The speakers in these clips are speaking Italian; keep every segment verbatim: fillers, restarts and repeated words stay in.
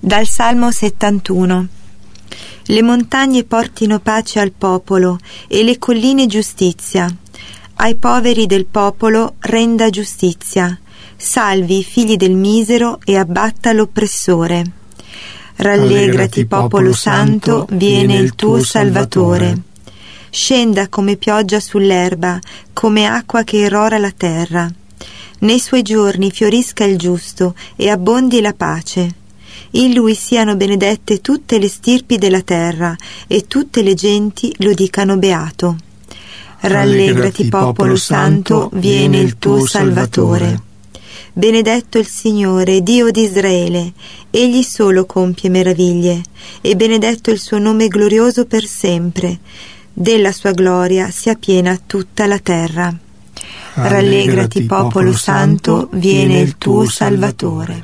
Dal Salmo settantuno. Le montagne portino pace al popolo e le colline giustizia. Ai poveri del popolo renda giustizia. Salvi i figli del misero e abbatta l'oppressore. Rallegrati, popolo santo, viene il tuo Salvatore. Scenda come pioggia sull'erba, come acqua che irrora la terra. Nei suoi giorni fiorisca il giusto e abbondi la pace. In lui siano benedette tutte le stirpi della terra e tutte le genti lo dicano beato. Rallegrati, popolo santo, viene il tuo Salvatore. Benedetto il Signore, Dio di Israele, egli solo compie meraviglie, e benedetto il suo nome glorioso per sempre. Della sua gloria sia piena tutta la terra. Rallegrati, popolo santo, viene il tuo Salvatore.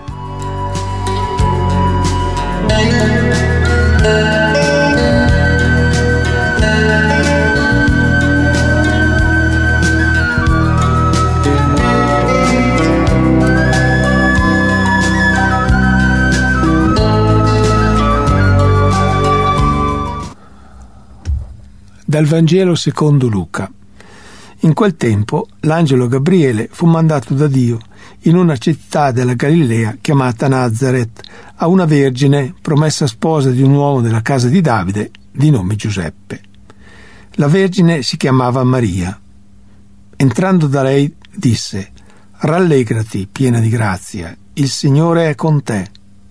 Dal Vangelo secondo Luca. In quel tempo l'angelo Gabriele fu mandato da Dio in una città della Galilea chiamata Nazaret a una vergine promessa sposa di un uomo della casa di Davide di nome Giuseppe. La vergine si chiamava Maria. Entrando da lei disse: «Rallegrati, piena di grazia, il Signore è con te».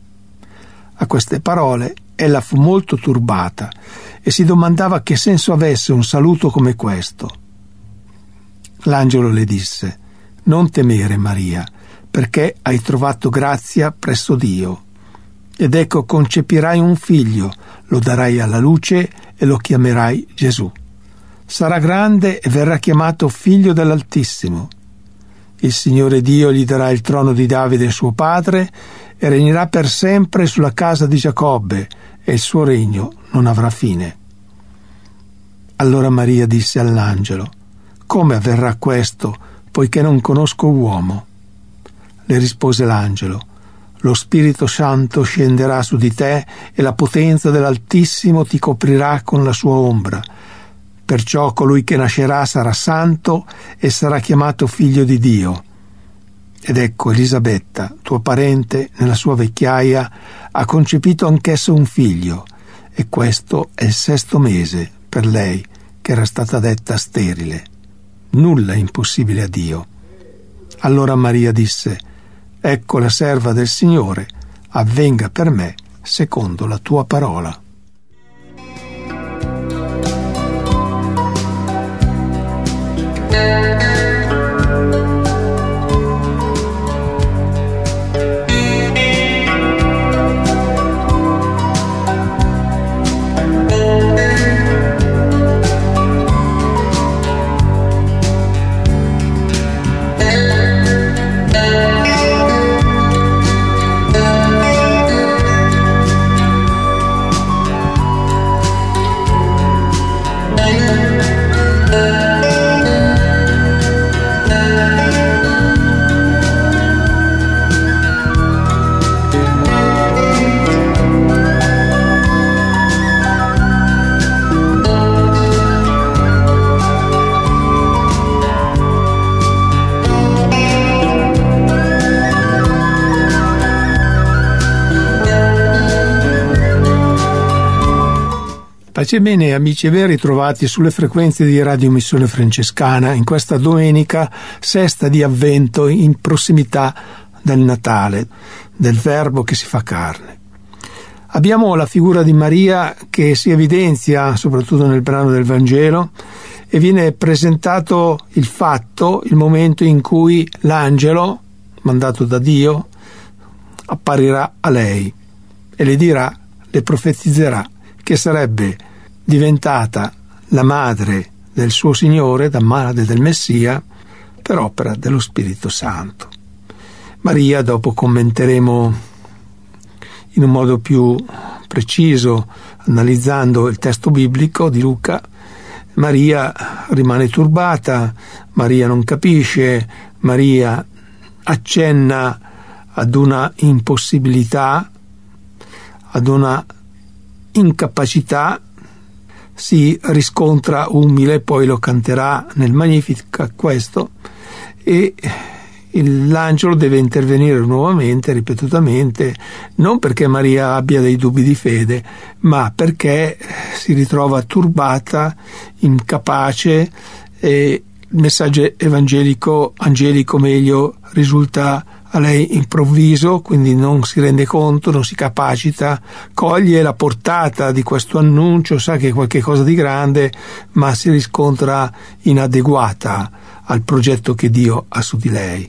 A queste parole ella fu molto turbata e si domandava che senso avesse un saluto come questo. L'angelo le disse: «Non temere, Maria, perché hai trovato grazia presso Dio. Ed ecco, concepirai un figlio, lo darai alla luce e lo chiamerai Gesù. Sarà grande e verrà chiamato Figlio dell'Altissimo. Il Signore Dio gli darà il trono di Davide suo padre e regnerà per sempre sulla casa di Giacobbe, e il suo regno non avrà fine». Allora Maria disse all'angelo: «Come avverrà questo, poiché non conosco uomo?» Le rispose l'angelo: «Lo Spirito Santo scenderà su di te e la potenza dell'Altissimo ti coprirà con la sua ombra. Perciò colui che nascerà sarà santo e sarà chiamato figlio di Dio. Ed ecco, Elisabetta, tua parente, nella sua vecchiaia, ha concepito anch'essa un figlio, e questo è il sesto mese per lei, che era stata detta sterile. Nulla è impossibile a Dio». Allora Maria disse: «Ecco la serva del Signore, avvenga per me secondo la tua parola». Pace e bene, amici e ben ritrovati sulle frequenze di Radio Missione Francescana in questa domenica sesta di Avvento, in prossimità del Natale, del Verbo che si fa carne. Abbiamo la figura di Maria che si evidenzia soprattutto nel brano del Vangelo, e viene presentato il fatto, il momento in cui l'angelo mandato da Dio apparirà a lei e le dirà, le profetizzerà che sarebbe diventata la madre del suo Signore, la madre del Messia, per opera dello Spirito Santo. Maria, dopo commenteremo in un modo più preciso, analizzando il testo biblico di Luca, Maria rimane turbata, Maria non capisce, Maria accenna ad una impossibilità ad una incapacità si riscontra umile, poi lo canterà nel Magnificat questo, e l'angelo deve intervenire nuovamente, ripetutamente, non perché Maria abbia dei dubbi di fede, ma perché si ritrova turbata, incapace, e il messaggio evangelico, angelico meglio, risulta a lei improvviso, quindi non si rende conto, non si capacita, coglie la portata di questo annuncio, sa che è qualcosa di grande, ma si riscontra inadeguata al progetto che Dio ha su di lei.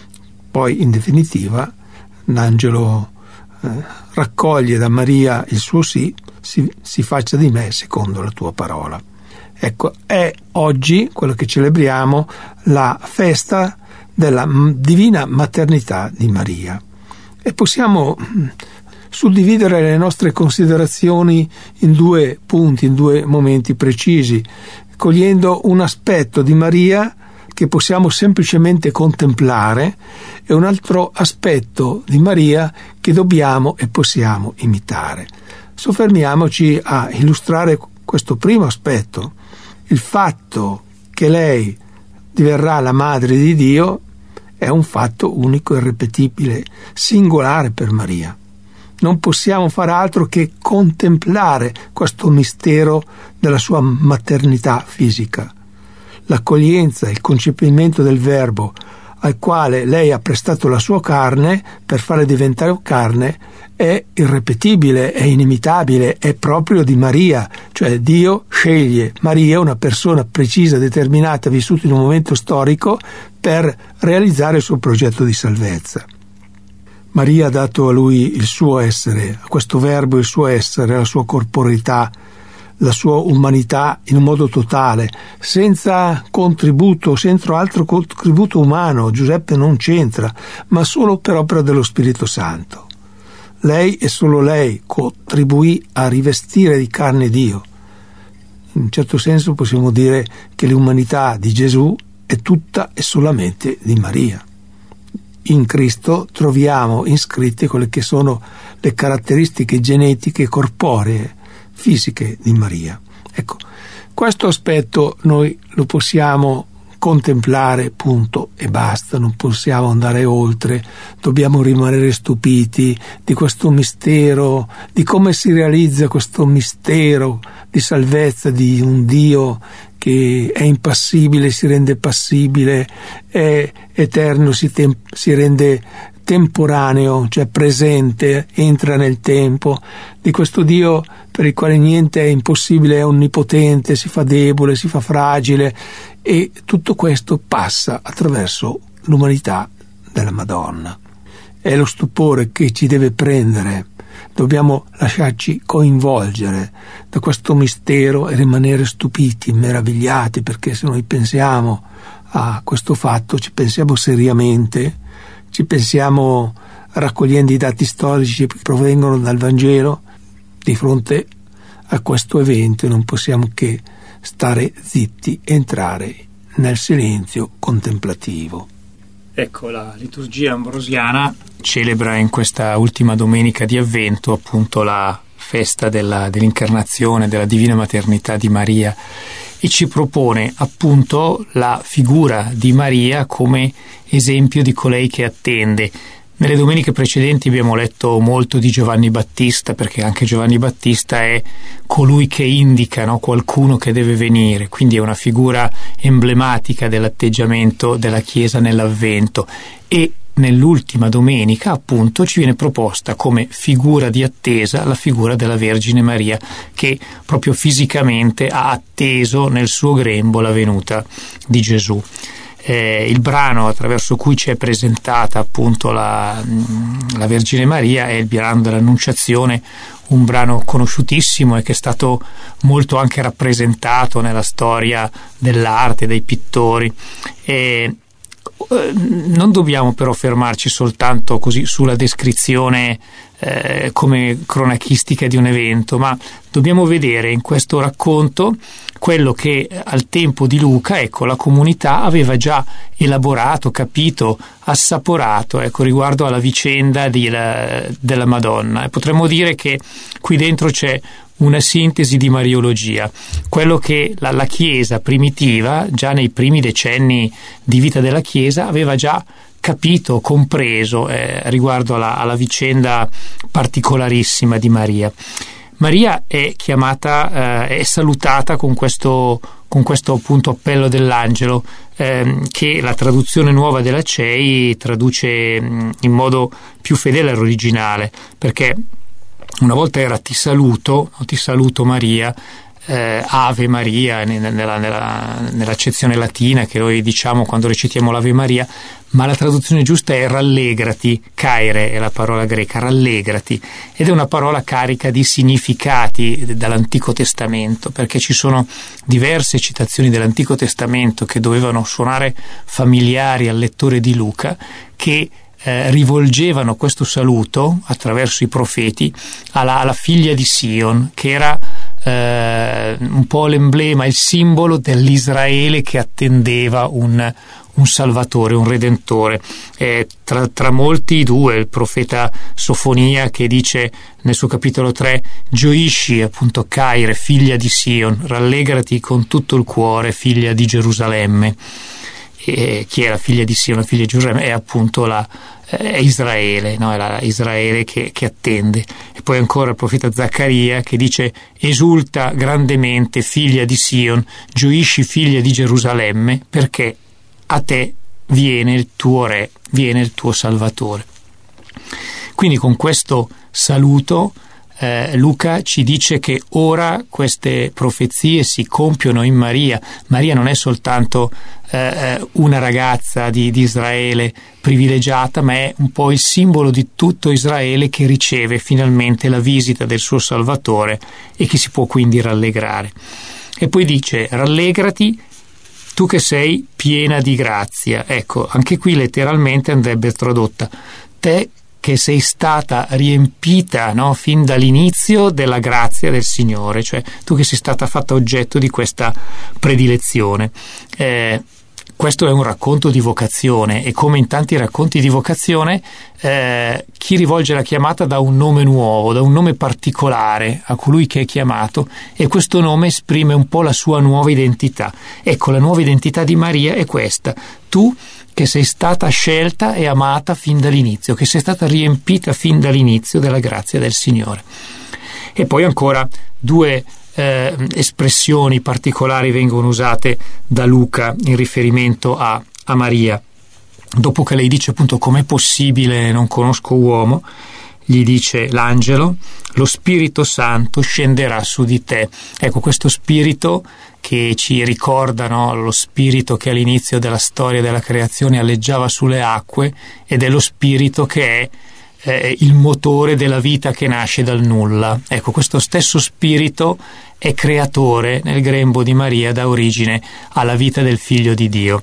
Poi, in definitiva, l'angelo eh, raccoglie da Maria il suo sì, si, si faccia di me secondo la tua parola. Ecco, è oggi, quello che celebriamo, la festa della divina maternità di Maria. E possiamo suddividere le nostre considerazioni in due punti, in due momenti precisi, cogliendo un aspetto di Maria che possiamo semplicemente contemplare e un altro aspetto di Maria che dobbiamo e possiamo imitare. Soffermiamoci a illustrare questo primo aspetto, il fatto che lei diverrà la madre di Dio è un fatto unico, irripetibile, singolare per Maria. Non possiamo fare altro che contemplare questo mistero della sua maternità fisica. L'accoglienza, il concepimento del Verbo al quale lei ha prestato la sua carne per farla diventare carne è irripetibile, è inimitabile, è proprio di Maria, cioè Dio sceglie Maria, una persona precisa, determinata, vissuta in un momento storico, per realizzare il suo progetto di salvezza. Maria ha dato a lui il suo essere, a questo Verbo il suo essere, la sua corporeità, la sua umanità in un modo totale, senza contributo, senza altro contributo umano. Giuseppe non c'entra, ma solo per opera dello Spirito Santo. Lei e solo lei contribuì a rivestire di carne Dio. In un certo senso possiamo dire che l'umanità di Gesù è tutta e solamente di Maria. In Cristo troviamo iscritte quelle che sono le caratteristiche genetiche corporee, fisiche di Maria. Ecco, questo aspetto noi lo possiamo contemplare, punto e basta, non possiamo andare oltre, dobbiamo rimanere stupiti di questo mistero, di come si realizza questo mistero di salvezza di un Dio che è impassibile, si rende passibile, è eterno, si, tem- si rende temporaneo, cioè presente, entra nel tempo, di questo Dio per il quale niente è impossibile, è onnipotente, si fa debole, si fa fragile, e tutto questo passa attraverso l'umanità della Madonna. È lo stupore che ci deve prendere, dobbiamo lasciarci coinvolgere da questo mistero e rimanere stupiti, meravigliati, perché se noi pensiamo a questo fatto, ci pensiamo seriamente, ci pensiamo raccogliendo i dati storici che provengono dal Vangelo, di fronte a questo evento non possiamo che stare zitti, entrare nel silenzio contemplativo. Ecco, la liturgia ambrosiana celebra in questa ultima domenica di Avvento appunto la festa della, dell'incarnazione, della divina maternità di Maria, e ci propone appunto la figura di Maria come esempio di colei che attende. Nelle domeniche precedenti abbiamo letto molto di Giovanni Battista, perché anche Giovanni Battista è colui che indica, no, qualcuno che deve venire, quindi è una figura emblematica dell'atteggiamento della Chiesa nell'Avvento, e nell'ultima domenica appunto ci viene proposta come figura di attesa la figura della Vergine Maria, che proprio fisicamente ha atteso nel suo grembo la venuta di Gesù. Eh, il brano attraverso cui ci è presentata appunto la, la Vergine Maria è il brano dell'Annunciazione, un brano conosciutissimo e che è stato molto anche rappresentato nella storia dell'arte, dei pittori. E non dobbiamo però fermarci soltanto così sulla descrizione eh, come cronachistica di un evento, ma dobbiamo vedere in questo racconto quello che al tempo di Luca, ecco, la comunità aveva già elaborato, capito, assaporato, ecco, riguardo alla vicenda di la, della Madonna. E potremmo dire che qui dentro c'è una sintesi di mariologia, quello che la, la Chiesa primitiva, già nei primi decenni di vita della Chiesa, aveva già capito, compreso eh, riguardo alla, alla vicenda particolarissima di Maria. Maria è chiamata, eh, è salutata con questo, con questo appunto appello dell'angelo, eh, che la traduzione nuova della C E I traduce in modo più fedele all'originale, perché una volta era ti saluto, ti saluto Maria, eh, Ave Maria nella, nella, nell'accezione latina che noi diciamo quando recitiamo l'Ave Maria, ma la traduzione giusta è rallegrati, caire è la parola greca, rallegrati, ed è una parola carica di significati dall'Antico Testamento, perché ci sono diverse citazioni dell'Antico Testamento che dovevano suonare familiari al lettore di Luca, che Eh, rivolgevano questo saluto attraverso i profeti alla, alla figlia di Sion, che era eh, un po' l'emblema, il simbolo dell'Israele che attendeva un, un Salvatore, un Redentore. Eh, tra, tra molti due, il profeta Sofonia, che dice nel suo capitolo tre: gioisci appunto Caire, figlia di Sion, rallegrati con tutto il cuore, figlia di Gerusalemme. E chi è la figlia di Sion, la figlia di Gerusalemme? È appunto la è Israele, no? È la Israele che, che attende. E poi ancora il profeta Zaccaria che dice: esulta grandemente figlia di Sion, gioisci figlia di Gerusalemme, perché a te viene il tuo re, viene il tuo Salvatore. Quindi con questo saluto eh, Luca ci dice che ora queste profezie si compiono in Maria. Maria non è soltanto eh, una ragazza di, di Israele privilegiata, ma è un po' il simbolo di tutto Israele che riceve finalmente la visita del suo Salvatore e che si può quindi rallegrare. E poi dice: rallegrati tu che sei piena di grazia. Ecco, anche qui letteralmente andrebbe tradotta: te che sei stata riempita, no, fin dall'inizio della grazia del Signore, cioè tu che sei stata fatta oggetto di questa predilezione. Eh, Questo è un racconto di vocazione, e come in tanti racconti di vocazione eh, chi rivolge la chiamata dà un nome nuovo, da un nome particolare a colui che è chiamato, e questo nome esprime un po' la sua nuova identità. Ecco, la nuova identità di Maria è questa: tu che sei stata scelta e amata fin dall'inizio, che sei stata riempita fin dall'inizio della grazia del Signore. E poi ancora due Eh, espressioni particolari vengono usate da Luca in riferimento a, a Maria. Dopo che lei dice appunto com'è possibile, non conosco uomo, gli dice l'angelo: lo Spirito Santo scenderà su di te. Ecco, questo spirito che ci ricorda, no, lo spirito che all'inizio della storia della creazione alleggiava sulle acque, ed è lo spirito che è eh, il motore della vita che nasce dal nulla. Ecco, questo stesso spirito è creatore nel grembo di Maria, da origine alla vita del Figlio di Dio.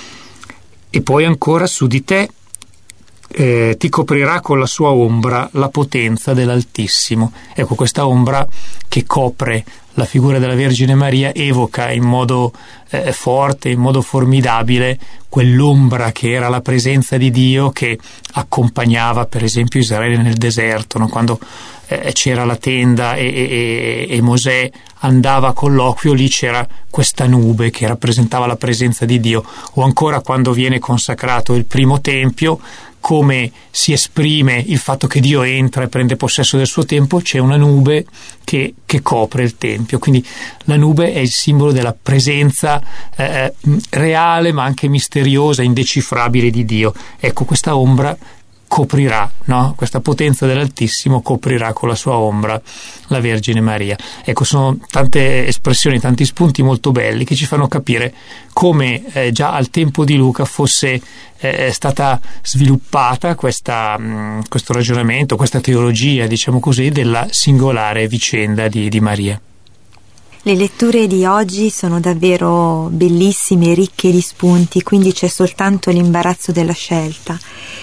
E poi ancora: su di te eh, ti coprirà con la sua ombra la potenza dell'Altissimo. Ecco, questa ombra che copre la figura della Vergine Maria evoca in modo eh, forte, in modo formidabile, quell'ombra che era la presenza di Dio che accompagnava per esempio Israele nel deserto, no? Quando eh, c'era la tenda e, e, e Mosè andava a colloquio, lì c'era questa nube che rappresentava la presenza di Dio. O ancora quando viene consacrato il primo tempio, come si esprime il fatto che Dio entra e prende possesso del suo tempio, c'è una nube che, che copre il tempio. Quindi la nube è il simbolo della presenza eh, reale ma anche misteriosa, indecifrabile di Dio. Ecco, questa ombra coprirà, no? Questa potenza dell'Altissimo coprirà con la sua ombra la Vergine Maria. Ecco, sono tante espressioni, tanti spunti molto belli che ci fanno capire come eh, già al tempo di Luca fosse eh, stata sviluppata questa, mh, questo ragionamento, questa teologia, diciamo così, della singolare vicenda di, di Maria. Le letture di oggi sono davvero bellissime, ricche di spunti, quindi c'è soltanto l'imbarazzo della scelta.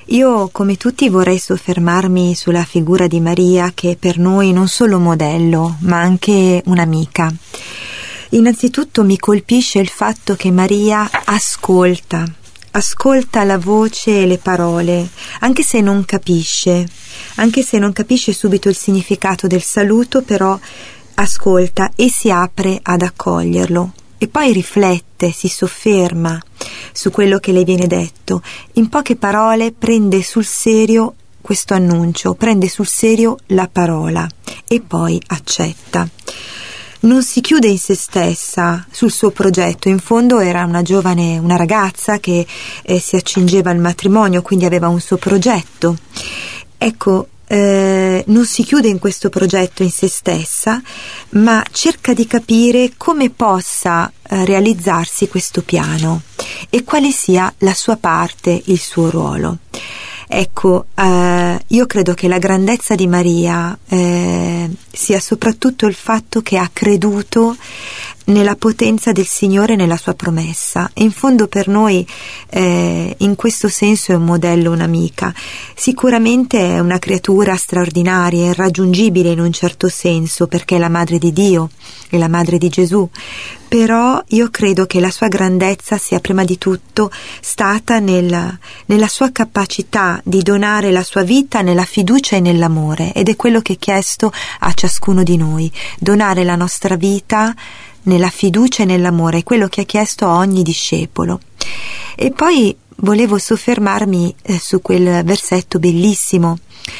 Io, come tutti, vorrei soffermarmi sulla figura di Maria, che è per noi non solo modello, ma anche un'amica. Innanzitutto mi colpisce il fatto che Maria ascolta, ascolta la voce e le parole, anche se non capisce, anche se non capisce subito il significato del saluto, però ascolta e si apre ad accoglierlo. E poi riflette, si sofferma su quello che le viene detto. In poche parole prende sul serio questo annuncio, prende sul serio la parola e poi accetta. Non si chiude in se stessa, sul suo progetto. In fondo era una giovane, una ragazza che eh, si accingeva al matrimonio, quindi aveva un suo progetto. Ecco, Eh, non si chiude in questo progetto in se stessa, ma cerca di capire come possa eh, realizzarsi questo piano e quale sia la sua parte, il suo ruolo. Ecco, eh, io credo che la grandezza di Maria eh, sia soprattutto il fatto che ha creduto nella potenza del Signore e nella sua promessa. E in fondo per noi eh, in questo senso è un modello, un'amica. Sicuramente è una creatura straordinaria, irraggiungibile in un certo senso, perché è la madre di Dio, è la madre di Gesù. Però io credo che la sua grandezza sia prima di tutto stata nel, nella sua capacità di donare la sua vita nella fiducia e nell'amore, ed è quello che è chiesto a ciascuno di noi, donare la nostra vita nella fiducia e nell'amore, è quello che ha chiesto a ogni discepolo. E poi volevo soffermarmi eh, su quel versetto bellissimo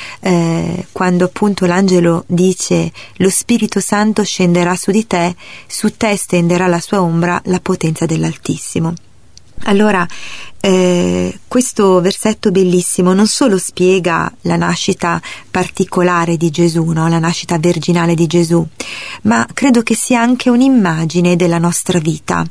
eh, quando appunto l'angelo dice: lo Spirito Santo scenderà su di te, su te stenderà la sua ombra la potenza dell'Altissimo. Allora eh, questo versetto bellissimo non solo spiega la nascita particolare di Gesù, no? La nascita virginale di Gesù, ma credo che sia anche un'immagine della nostra vita.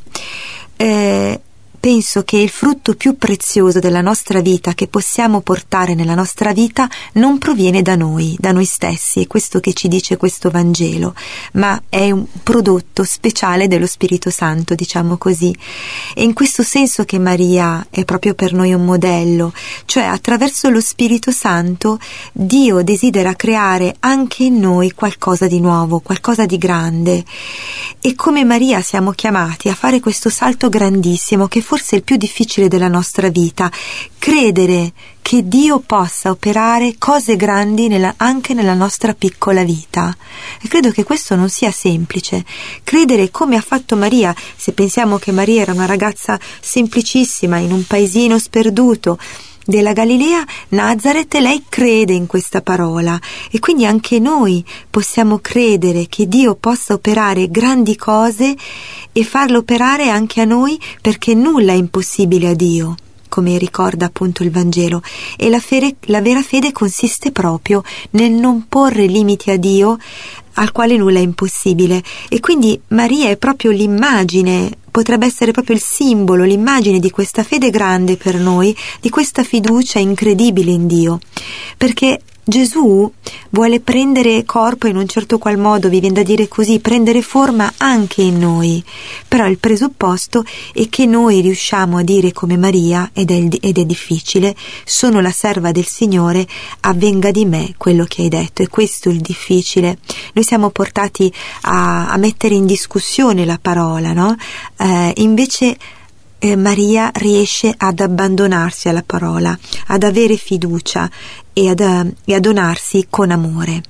Eh, penso che il frutto più prezioso della nostra vita, che possiamo portare nella nostra vita, non proviene da noi, da noi stessi, è questo che ci dice questo Vangelo, ma è un prodotto speciale dello Spirito Santo, diciamo così. E in questo senso che Maria è proprio per noi un modello, cioè attraverso lo Spirito Santo Dio desidera creare anche in noi qualcosa di nuovo, qualcosa di grande. E come Maria siamo chiamati a fare questo salto grandissimo, che forse è il più difficile della nostra vita, credere che Dio possa operare cose grandi nella, anche nella nostra piccola vita. E credo che questo non sia semplice. Credere come ha fatto Maria, se pensiamo che Maria era una ragazza semplicissima in un paesino sperduto della Galilea, Nazareth, e lei crede in questa parola, e quindi anche noi possiamo credere che Dio possa operare grandi cose e farlo operare anche a noi, perché nulla è impossibile a Dio, come ricorda appunto il Vangelo. E la, fede, la vera fede consiste proprio nel non porre limiti a Dio, al quale nulla è impossibile. E quindi Maria è proprio l'immagine, potrebbe essere proprio il simbolo, l'immagine di questa fede grande per noi, di questa fiducia incredibile in Dio, perché Gesù vuole prendere corpo in un certo qual modo, vi viene da dire così, prendere forma anche in noi, però il presupposto è che noi riusciamo a dire come Maria, ed è, ed è difficile: sono la serva del Signore, avvenga di me quello che hai detto. E questo è il difficile. Noi siamo portati a, a mettere in discussione la parola, no? Eh, invece Eh, Maria riesce ad abbandonarsi alla parola, ad avere fiducia e ad, e a donarsi con amore.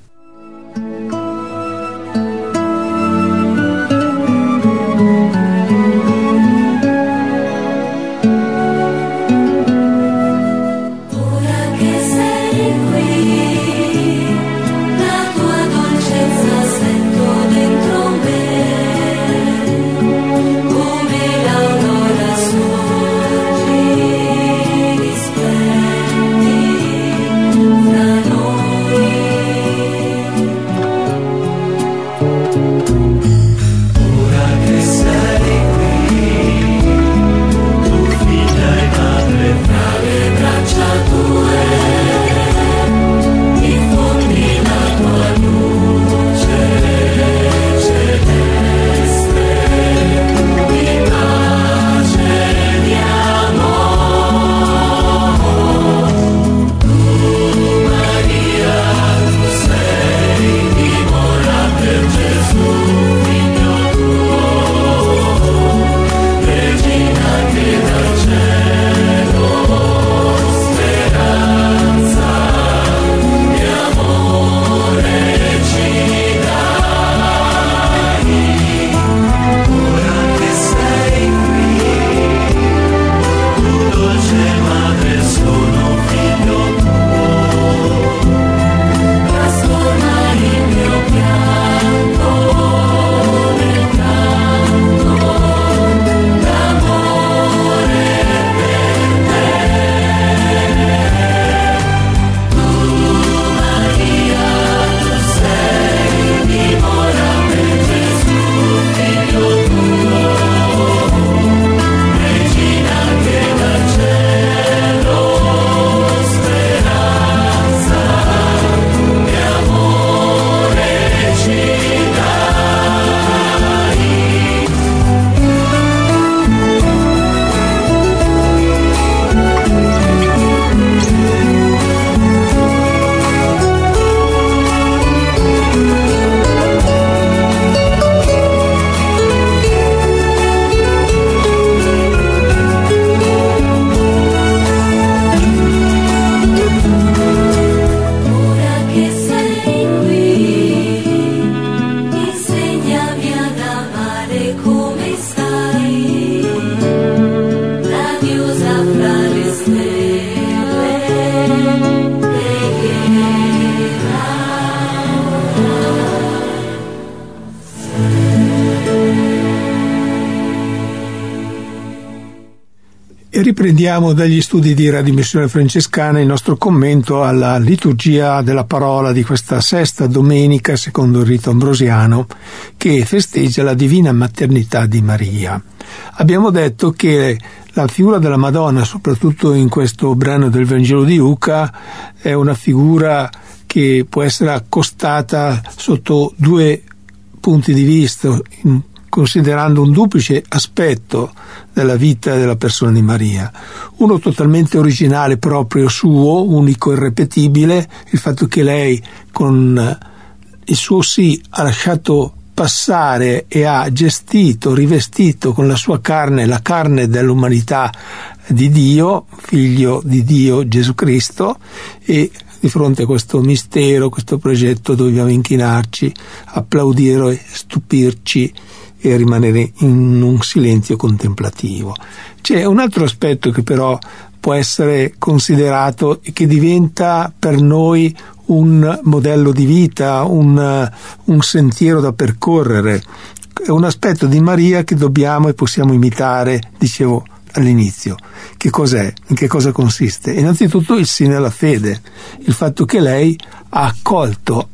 E riprendiamo dagli studi di Radio Missione Francescana il nostro commento alla liturgia della parola di questa sesta domenica secondo il rito ambrosiano, che festeggia la divina maternità di Maria. Abbiamo detto che la figura della Madonna, soprattutto in questo brano del Vangelo di Luca, è una figura che può essere accostata sotto due punti di vista, considerando un duplice aspetto della vita e della persona di Maria. Uno totalmente originale, proprio suo, unico e irripetibile, il fatto che lei con il suo sì ha lasciato passare e ha gestito, rivestito con la sua carne la carne dell'umanità di Dio, figlio di Dio Gesù Cristo, e di fronte a questo mistero, questo progetto, dobbiamo inchinarci, applaudire, stupirci e rimanere in un silenzio contemplativo. C'è un altro aspetto che però può essere considerato e che diventa per noi un modello di vita, un, un sentiero da percorrere. È un aspetto di Maria che dobbiamo e possiamo imitare, dicevo all'inizio. Che cos'è? In che cosa consiste? Innanzitutto il sì nella fede, il fatto che lei ha accolto,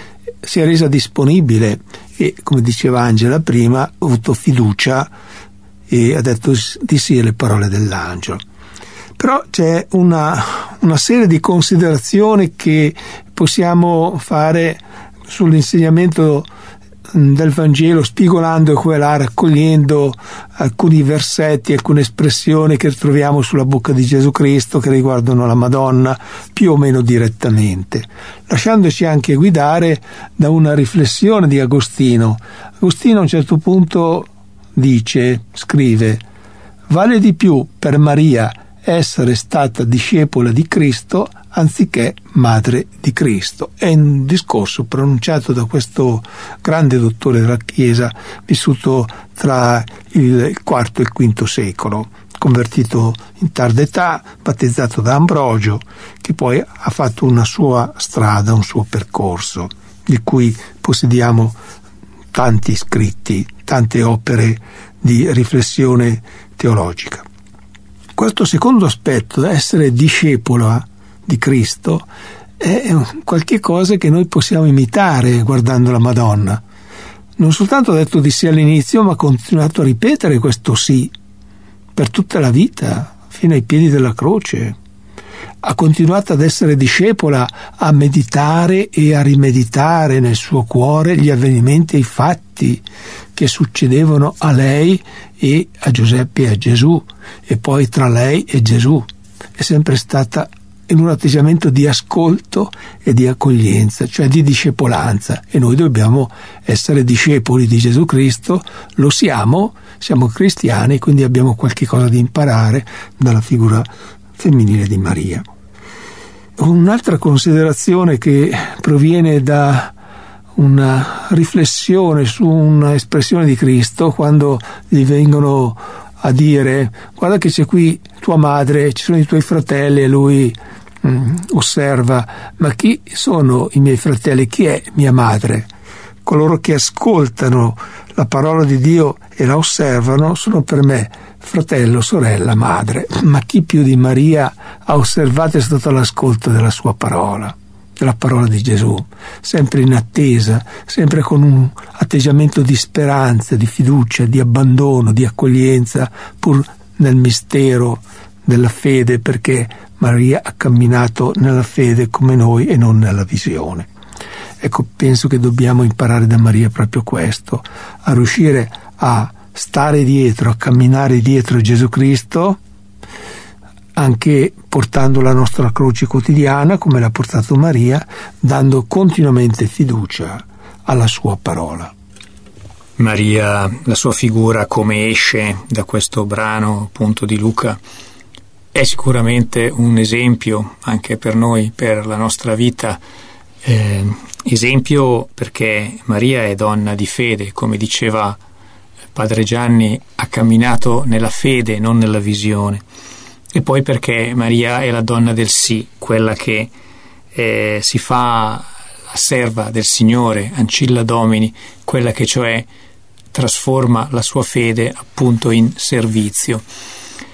si è resa disponibile e, come diceva Angela prima, ha avuto fiducia e ha detto di sì alle parole dell'angelo. Però c'è una, una serie di considerazioni che possiamo fare sull'insegnamento del Vangelo, spigolando qua e là, raccogliendo alcuni versetti, alcune espressioni che troviamo sulla bocca di Gesù Cristo che riguardano la Madonna più o meno direttamente, lasciandoci anche guidare da una riflessione di Agostino. Agostino a un certo punto dice, scrive: vale di più per Maria essere stata discepola di Cristo anziché madre di Cristo. È un discorso pronunciato da questo grande dottore della Chiesa, vissuto tra il quarto e il quinto secolo, convertito in tarda età, battezzato da Ambrogio, che poi ha fatto una sua strada, un suo percorso, di cui possediamo tanti scritti, tante opere di riflessione teologica. Questo secondo aspetto, essere discepola di Cristo, è qualche cosa che noi possiamo imitare guardando la Madonna. Non soltanto ha detto di sì all'inizio, ma ha continuato a ripetere questo sì per tutta la vita, fino ai piedi della croce. Ha continuato ad essere discepola, a meditare e a rimeditare nel suo cuore gli avvenimenti e i fatti che succedevano a lei e a Giuseppe e a Gesù, e poi tra lei e Gesù. È sempre stata in un atteggiamento di ascolto e di accoglienza, cioè di discepolanza, e noi dobbiamo essere discepoli di Gesù Cristo. Lo siamo, siamo cristiani, quindi abbiamo qualche cosa da imparare dalla figura femminile di Maria. Un'altra considerazione che proviene da una riflessione su un'espressione di Cristo, quando gli vengono a dire: guarda che c'è qui tua madre, ci sono i tuoi fratelli, e lui mm, osserva: ma chi sono i miei fratelli? Chi è mia madre? Coloro che ascoltano la parola di Dio e la osservano sono per me fratello, sorella, madre. Ma chi più di Maria ha osservato e è stato all'ascolto della sua parola, della parola di Gesù, sempre in attesa, sempre con un atteggiamento di speranza, di fiducia, di abbandono, di accoglienza, pur nel mistero della fede, perché Maria ha camminato nella fede come noi e non nella visione. Ecco, penso che dobbiamo imparare da Maria proprio questo, a riuscire a stare dietro, a camminare dietro Gesù Cristo, anche portando la nostra croce quotidiana come l'ha portato Maria, dando continuamente fiducia alla sua parola. Maria, la sua figura, come esce da questo brano appunto di Luca, è sicuramente un esempio anche per noi, per la nostra vita, eh, esempio perché Maria è donna di fede, come diceva Padre Gianni, ha camminato nella fede, non nella visione. E poi perché Maria è la donna del sì, quella che eh, si fa la serva del Signore, ancilla Domini, quella che cioè trasforma la sua fede appunto in servizio.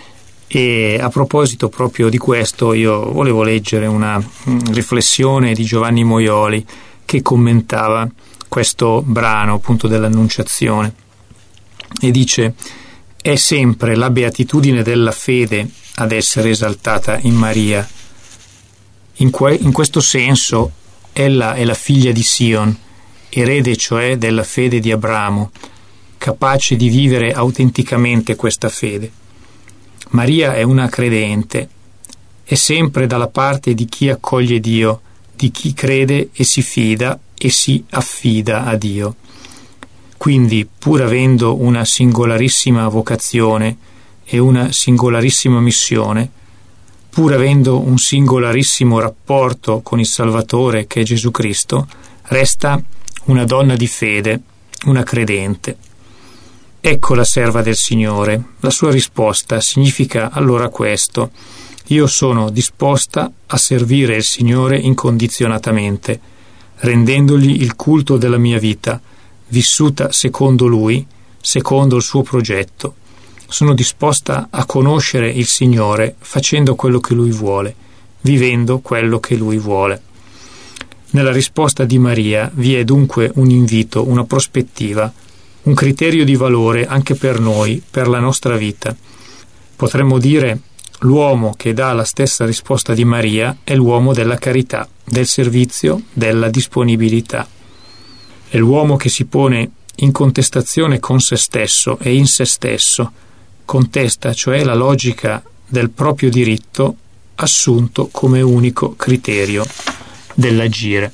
E a proposito proprio di questo, io volevo leggere una riflessione di Giovanni Moioli che commentava questo brano appunto dell'Annunciazione e dice: è sempre la beatitudine della fede ad essere esaltata in Maria. In, que- in questo senso ella è la figlia di Sion, erede cioè della fede di Abramo, capace di vivere autenticamente questa fede. Maria è una credente, è sempre dalla parte di chi accoglie Dio, di chi crede e si fida e si affida a Dio. Quindi, pur avendo una singolarissima vocazione e una singolarissima missione, pur avendo un singolarissimo rapporto con il Salvatore che è Gesù Cristo, resta una donna di fede, una credente. Ecco la serva del Signore. La sua risposta significa allora questo: io sono disposta a servire il Signore incondizionatamente, rendendogli il culto della mia vita, vissuta secondo Lui, secondo il suo progetto. Sono disposta a conoscere il Signore facendo quello che Lui vuole, vivendo quello che Lui vuole. Nella risposta di Maria vi è dunque un invito, una prospettiva, un criterio di valore anche per noi, per la nostra vita. Potremmo dire: l'uomo che dà la stessa risposta di Maria è l'uomo della carità, del servizio, della disponibilità. È l'uomo che si pone in contestazione con se stesso e in se stesso, contesta cioè la logica del proprio diritto assunto come unico criterio dell'agire.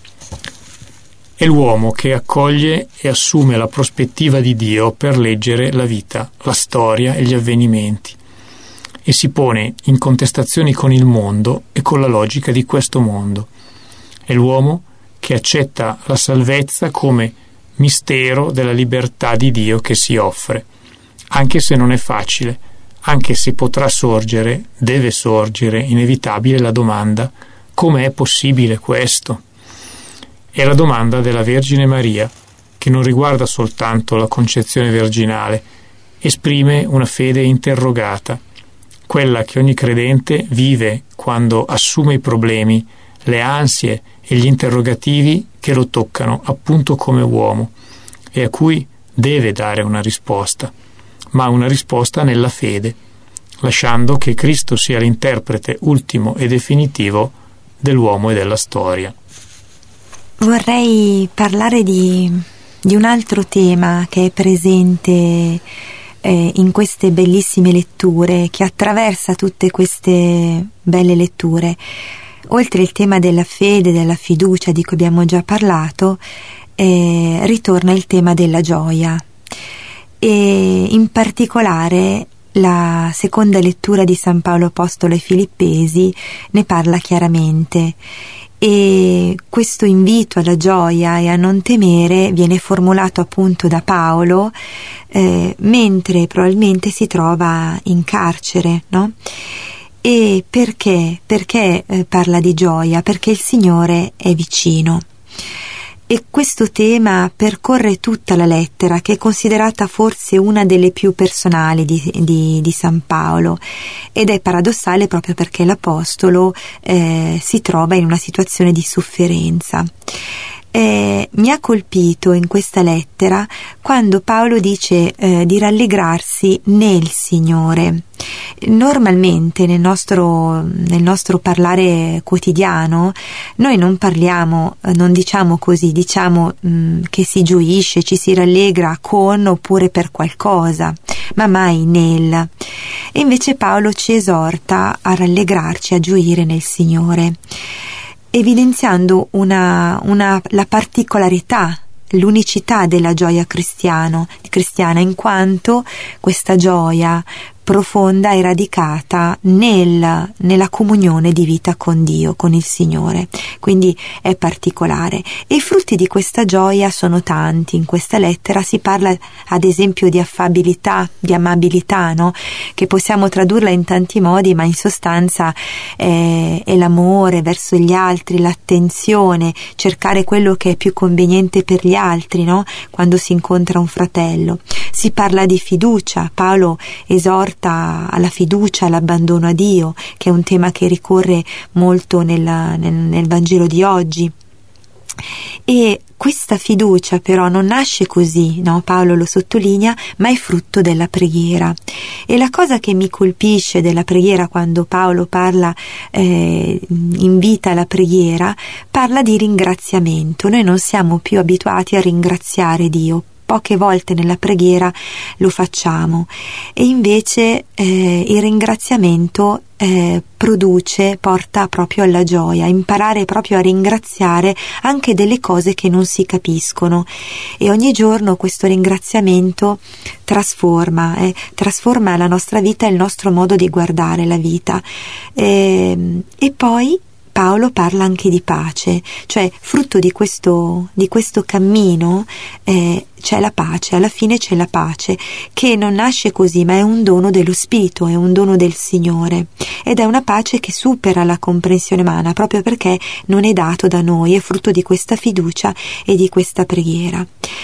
È l'uomo che accoglie e assume la prospettiva di Dio per leggere la vita, la storia e gli avvenimenti, e si pone in contestazioni con il mondo e con la logica di questo mondo. È l'uomo che accetta la salvezza come mistero della libertà di Dio che si offre, anche se non è facile, anche se potrà sorgere, deve sorgere, inevitabile la domanda: come è possibile questo? È la domanda della Vergine Maria, che non riguarda soltanto la concezione virginale, esprime una fede interrogata, quella che ogni credente vive quando assume i problemi, le ansie e gli interrogativi che lo toccano appunto come uomo e a cui deve dare una risposta, ma una risposta nella fede, lasciando che Cristo sia l'interprete ultimo e definitivo dell'uomo e della storia. Vorrei parlare di, di un altro tema che è presente eh, in queste bellissime letture, che attraversa tutte queste belle letture. Oltre il tema della fede, della fiducia di cui abbiamo già parlato, eh, ritorna il tema della gioia, e in particolare la seconda lettura di San Paolo Apostolo ai Filippesi ne parla chiaramente. E questo invito alla gioia e a non temere viene formulato appunto da Paolo eh, mentre probabilmente si trova in carcere, no? E perché? Perché eh, parla di gioia? Perché il Signore è vicino. E questo tema percorre tutta la lettera, che è considerata forse una delle più personali di, di, di San Paolo, ed è paradossale proprio perché l'Apostolo eh, si trova in una situazione di sofferenza. Eh, mi ha colpito in questa lettera quando Paolo dice eh, di rallegrarsi nel Signore. Normalmente nel nostro, nel nostro parlare quotidiano noi non parliamo, non diciamo così, diciamo mh, che si gioisce, ci si rallegra con oppure per qualcosa, ma mai nel. E invece Paolo ci esorta a rallegrarci, a gioire nel Signore, evidenziando una, una, la particolarità, l'unicità della gioia cristiano, cristiana, in quanto questa gioia profonda e radicata nel, nella comunione di vita con Dio, con il Signore, quindi è particolare. E i frutti di questa gioia sono tanti. In questa lettera si parla ad esempio di affabilità, di amabilità, no? Che possiamo tradurla in tanti modi, ma in sostanza è, è l'amore verso gli altri, l'attenzione, cercare quello che è più conveniente per gli altri, no? Quando si incontra un fratello. Si parla di fiducia. Paolo esorta porta alla fiducia, all'abbandono a Dio, che è un tema che ricorre molto nella, nel, nel Vangelo di oggi. E questa fiducia però non nasce così, no? Paolo lo sottolinea, ma è frutto della preghiera. E la cosa che mi colpisce della preghiera, quando Paolo parla, eh, invita alla preghiera, parla di ringraziamento. Noi non siamo più abituati a ringraziare Dio. Poche volte nella preghiera lo facciamo, e invece eh, il ringraziamento eh, produce, porta proprio alla gioia, imparare proprio a ringraziare anche delle cose che non si capiscono, e ogni giorno questo ringraziamento trasforma, eh, trasforma la nostra vita e il nostro modo di guardare la vita. E, e poi Paolo parla anche di pace, cioè frutto di questo, di questo cammino eh, c'è la pace, alla fine c'è la pace, che non nasce così, ma è un dono dello Spirito, è un dono del Signore, ed è una pace che supera la comprensione umana, proprio perché non è dato da noi, è frutto di questa fiducia e di questa preghiera.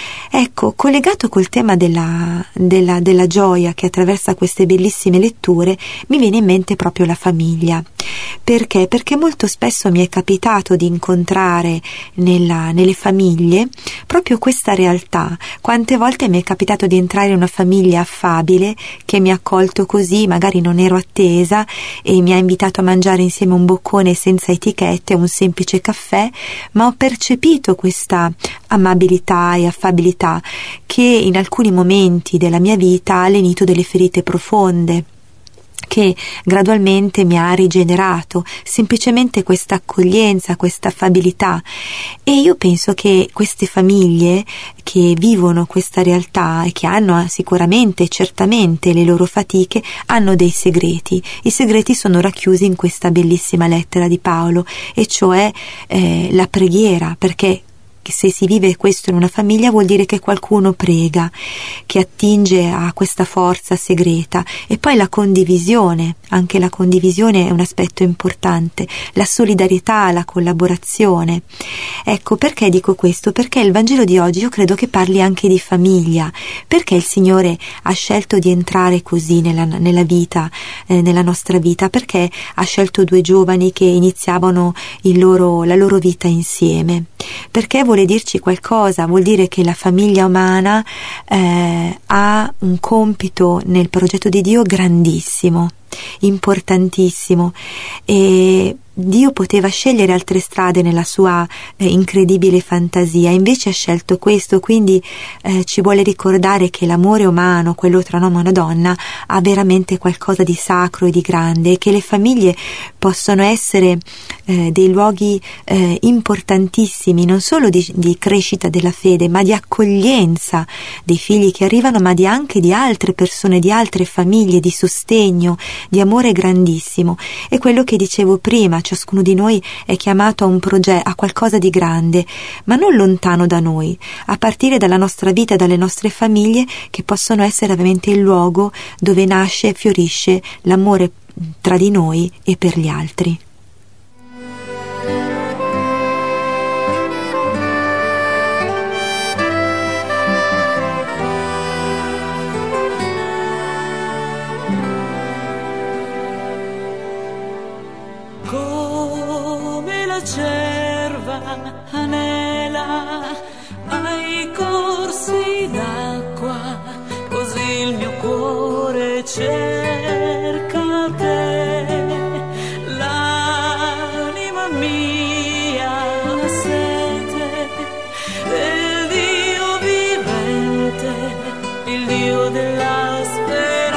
Ecco, collegato col tema della, della, della gioia che attraversa queste bellissime letture, mi viene in mente proprio la famiglia. Perché? Perché molto spesso mi è capitato di incontrare nella, nelle famiglie proprio questa realtà. Quante volte mi è capitato di entrare in una famiglia affabile che mi ha accolto così, magari non ero attesa, e mi ha invitato a mangiare insieme un boccone senza etichette, un semplice caffè, ma ho percepito questa amabilità e affabilità che in alcuni momenti della mia vita ha lenito delle ferite profonde, che gradualmente mi ha rigenerato, semplicemente questa accoglienza, questa affabilità. E io penso che queste famiglie che vivono questa realtà e che hanno sicuramente, certamente le loro fatiche, hanno dei segreti. I segreti sono racchiusi in questa bellissima lettera di Paolo, e cioè eh, la preghiera, perché se si vive questo in una famiglia vuol dire che qualcuno prega, che attinge a questa forza segreta. E poi la condivisione, anche la condivisione è un aspetto importante, la solidarietà, la collaborazione. Ecco, perché dico questo? Perché il Vangelo di oggi io credo che parli anche di famiglia, perché il Signore ha scelto di entrare così nella, nella vita, eh, nella nostra vita, perché ha scelto due giovani che iniziavano il loro, la loro vita insieme. Perché vuole dirci qualcosa, vuol dire che la famiglia umana eh, ha un compito nel progetto di Dio grandissimo, importantissimo, e Dio poteva scegliere altre strade nella sua eh, incredibile fantasia, invece ha scelto questo. Quindi eh, ci vuole ricordare che l'amore umano, quello tra un uomo e una donna, ha veramente qualcosa di sacro e di grande, e che le famiglie possono essere eh, dei luoghi eh, importantissimi, non solo di, di crescita della fede, ma di accoglienza dei figli che arrivano, ma di anche di altre persone, di altre famiglie, di sostegno, di amore grandissimo. E quello che dicevo prima, ciascuno di noi è chiamato a un progetto, a qualcosa di grande, ma non lontano da noi, a partire dalla nostra vita e dalle nostre famiglie, che possono essere veramente il luogo dove nasce e fiorisce l'amore tra di noi e per gli altri. Cerva anela ai corsi d'acqua, così il mio cuore cerca te, l'anima mia ha sete del Dio vivente, il Dio della speranza.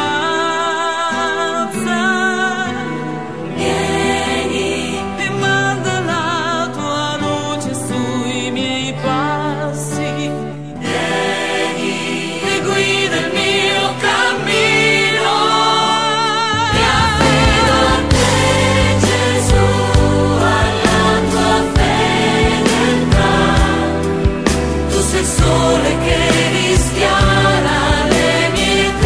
Sole che rischiara le mie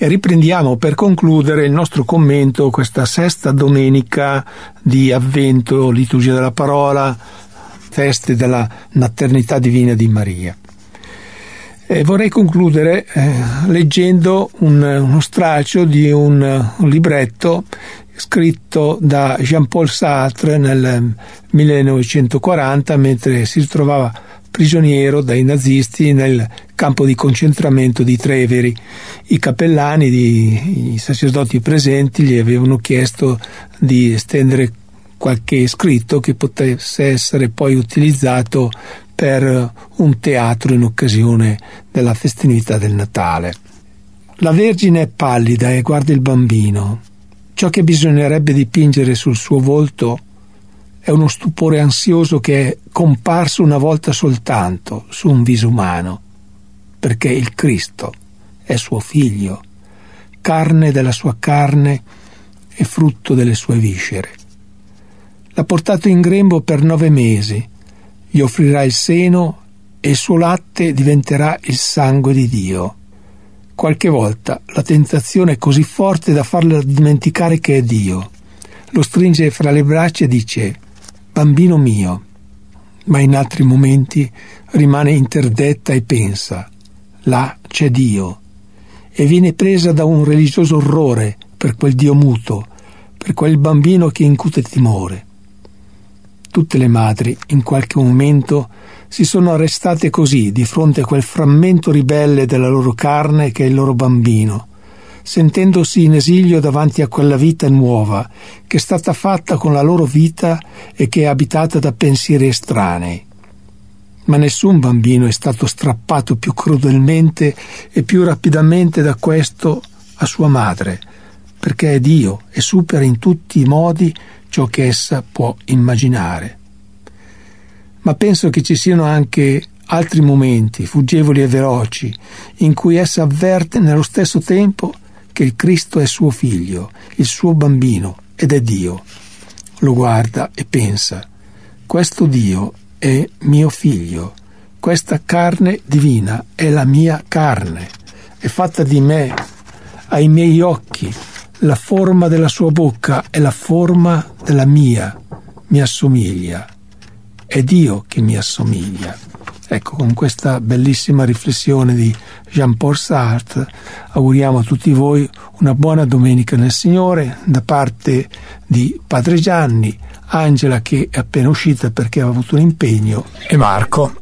E riprendiamo per concludere il nostro commento questa sesta domenica di Avvento, liturgia della parola, feste della Maternità Divina di Maria. E vorrei concludere eh, leggendo un, uno stralcio di un, un libretto scritto da Jean-Paul Sartre nel millenovecentoquaranta, mentre si trovava prigioniero dai nazisti nel campo di concentramento di Treveri. I cappellani, di, i sacerdoti presenti gli avevano chiesto di estendere qualche scritto che potesse essere poi utilizzato per un teatro in occasione della festività del Natale. La Vergine è pallida e guarda il bambino. Ciò che bisognerebbe dipingere sul suo volto è uno stupore ansioso che è comparso una volta soltanto su un viso umano, perché il Cristo è suo figlio, carne della sua carne e frutto delle sue viscere. L'ha portato in grembo per nove mesi, gli offrirà il seno e il suo latte diventerà il sangue di Dio. Qualche volta la tentazione è così forte da farla dimenticare che è Dio. Lo stringe fra le braccia e dice: bambino mio, ma in altri momenti rimane interdetta e pensa: là c'è Dio, e viene presa da un religioso orrore per quel Dio muto, per quel bambino che incute timore. Tutte le madri in qualche momento si sono arrestate così di fronte a quel frammento ribelle della loro carne che è il loro bambino, sentendosi in esilio davanti a quella vita nuova che è stata fatta con la loro vita e che è abitata da pensieri estranei. Ma nessun bambino è stato strappato più crudelmente e più rapidamente da questo a sua madre, perché è Dio e supera in tutti i modi ciò che essa può immaginare. Ma penso che ci siano anche altri momenti, fuggevoli e veloci, in cui essa avverte nello stesso tempo che il Cristo è suo figlio, il suo bambino, ed è Dio. Lo guarda e pensa: questo Dio è mio figlio, questa carne divina è la mia carne, è fatta di me, ai miei occhi, la forma della sua bocca è la forma della mia, mi assomiglia, è Dio che mi assomiglia. Ecco, con questa bellissima riflessione di Jean-Paul Sartre auguriamo a tutti voi una buona domenica nel Signore da parte di Padre Gianni, Angela che è appena uscita perché aveva avuto un impegno, e Marco.